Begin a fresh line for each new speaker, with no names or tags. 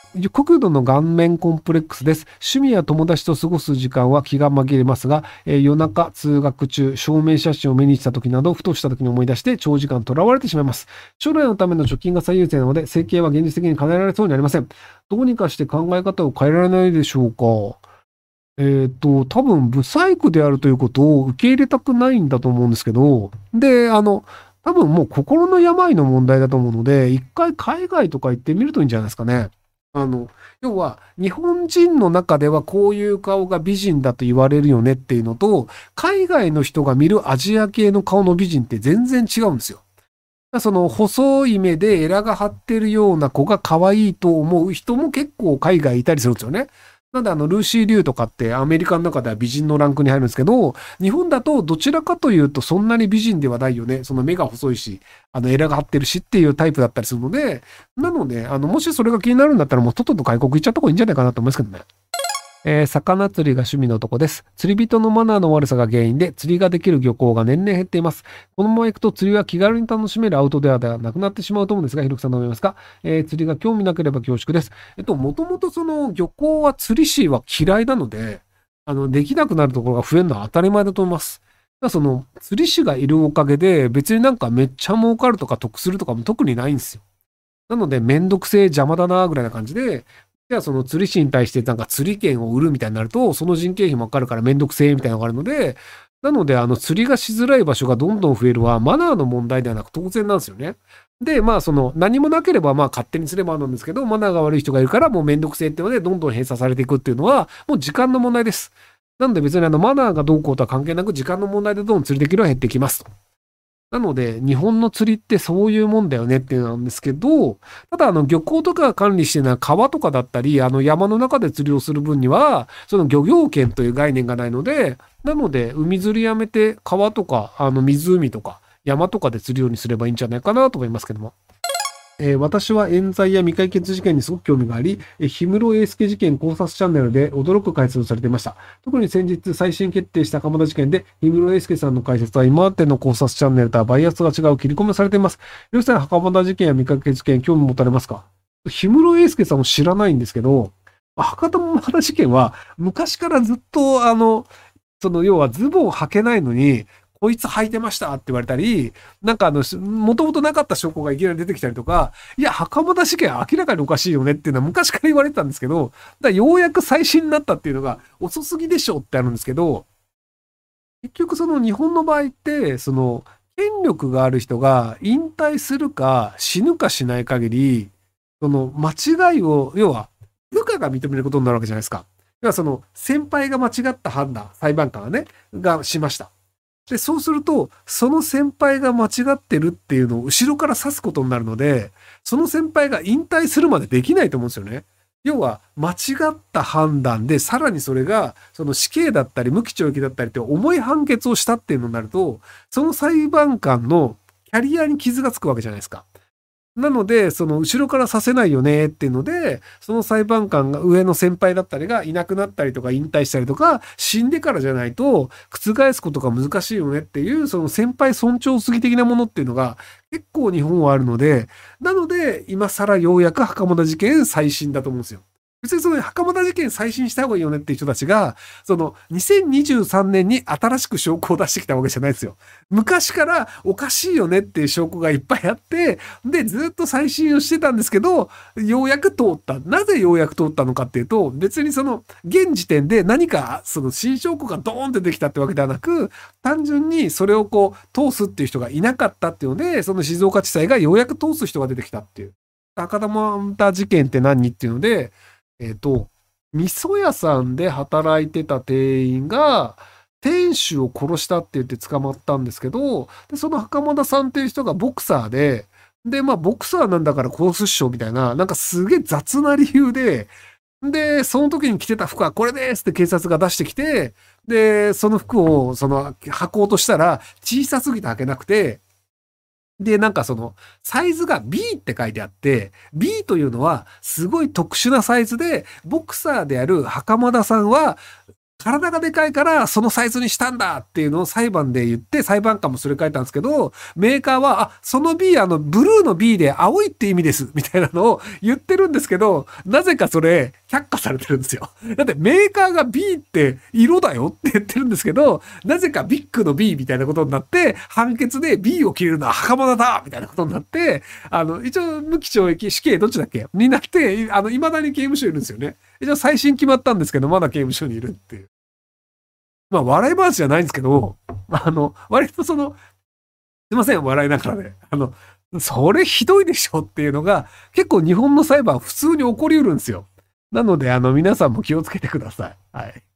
極度の顔面コンプレックスです。趣味や友達と過ごす時間は気が紛れますが、夜中、通学中、証明写真を目にした時など、ふとした時に思い出して長時間囚われてしまいます。将来のための貯金が最優先なので、生計は現実的に叶えられそうにありません。どうにかして考え方を変えられないでしょうか。多分、不細工であるということを受け入れたくないんだと思うんですけど、で、多分もう心の病の問題だと思うので、一回海外とか行ってみるといいんじゃないですかね。あの、要は、日本人の中ではこういう顔が美人だと言われるよねっていうのと、海外の人が見るアジア系の顔の美人って全然違うんですよ。その細い目でエラが張ってるような子が可愛いと思う人も結構海外いたりするんですよね。なんでルーシー・リュウとかってアメリカの中では美人のランクに入るんですけど、日本だとどちらかというとそんなに美人ではないよね。その目が細いし、エラが張ってるしっていうタイプだったりするので、なので、もしそれが気になるんだったらもうとっとと外国行っちゃった方がいいんじゃないかなと思いますけどね。魚釣りが趣味の男です。釣り人のマナーの悪さが原因で釣りができる漁港が年々減っています。このまま行くと釣りは気軽に楽しめるアウトドアではなくなってしまうと思うんですが、ひろきさんどう思いますか？釣りが興味なければ恐縮です。もともとその漁港は釣り師は嫌いなので、できなくなるところが増えるのは当たり前だと思います。だからその釣り師がいるおかげで別になんかめっちゃ儲かるとか得するとかも特にないんですよ。なのでめんどくせえ邪魔だなぐらいな感じで、じゃあその釣り師に対してなんか釣り券を売るみたいになると、その人件費もかかるからめんどくせえみたいなのがあるので、なので釣りがしづらい場所がどんどん増えるはマナーの問題ではなく当然なんですよね。で、まあその何もなければまあ勝手にすればなんですけど、マナーが悪い人がいるからもうめんどくせえってのでどんどん閉鎖されていくっていうのはもう時間の問題です。なので別にマナーがどうこうとは関係なく時間の問題でどんどん釣りできるは減ってきますと。なので、日本の釣りってそういうもんだよねっていうのなんですけど、ただ、漁港とかが管理してるのは川とかだったり、山の中で釣りをする分には、その漁業権という概念がないので、なので、海釣りやめて、川とか、湖とか、山とかで釣るようにすればいいんじゃないかなと思いますけども。私は冤罪や未解決事件にすごく興味があり、氷室英介事件考察チャンネルで驚く解説をされていました。特に先日再審決定した鎌田事件で、氷室英介さんの解説は今までの考察チャンネルとはバイアスが違う切り込みをされています。よしさん、袴田事件や未解決事件、興味持たれますか？氷室英介さんを知らないんですけど、袴田事件は昔からずっとその要はズボンを履けないのに、こいつ履いてましたって言われたり、なんかもともとなかった証拠がいきなり出てきたりとか、いや、袴田事件明らかにおかしいよねっていうのは昔から言われてたんですけど、ようやく再審になったっていうのが遅すぎでしょってあるんですけど、結局その日本の場合って、その権力がある人が引退するか死ぬかしない限り、その間違いを、要は部下が認めることになるわけじゃないですか。要はその先輩が間違った判断、裁判官がね、がしました。で、そうすると、その先輩が間違ってるっていうのを後ろから指すことになるので、その先輩が引退するまでできないと思うんですよね。要は、間違った判断で、さらにそれが、その死刑だったり、無期懲役だったりって重い判決をしたっていうのになると、その裁判官のキャリアに傷がつくわけじゃないですか。なので、その後ろからさせないよねっていうので、その裁判官が上の先輩だったりがいなくなったりとか引退したりとか、死んでからじゃないと覆すことが難しいよねっていう、その先輩尊重主義的なものっていうのが結構日本はあるので、なので今更ようやく袴田事件再審だと思うんですよ。別にその袴田事件再審した方がいいよねっていう人たちが、その2023年に新しく証拠を出してきたわけじゃないですよ。昔からおかしいよねっていう証拠がいっぱいあって、で、ずっと再審をしてたんですけど、ようやく通った。なぜようやく通ったのかっていうと、別にその、現時点で何か、その新証拠がドーンってできたってわけではなく、単純にそれをこう、通すっていう人がいなかったっていうので、その静岡地裁がようやく通す人が出てきたっていう。高田事件って何っていうので、味噌屋さんで働いてた店員が、店主を殺したって言って捕まったんですけど、で、その袴田さんっていう人がボクサーで、で、まあ、ボクサーなんだから殺すっしょみたいな、なんかすげえ雑な理由で、で、その時に着てた服はこれですって警察が出してきて、で、その服を、履こうとしたら、小さすぎて履けなくて、で、なんかその、サイズが B って書いてあって、B というのは、すごい特殊なサイズで、ボクサーである袴田さんは、 体がでかいからそのサイズにしたんだっていうのを裁判で言って、裁判官もそれ書いたんですけど、メーカーは、その B、ブルーの B で青いって意味です、みたいなのを言ってるんですけど、なぜかそれ、却下されてるんですよ。だってメーカーが B って色だよって言ってるんですけど、なぜかビッグの B みたいなことになって、判決で B を切れるのは袴田だみたいなことになって、一応無期懲役、死刑どっちだっけになって、未だに刑務所いるんですよね。一応再審決まったんですけど、まだ刑務所にいるっていう。まあ、笑い話じゃないんですけど、割とすいません、笑いながらね。それひどいでしょっていうのが、結構日本の裁判普通に起こりうるんですよ。なので、皆さんも気をつけてください。はい。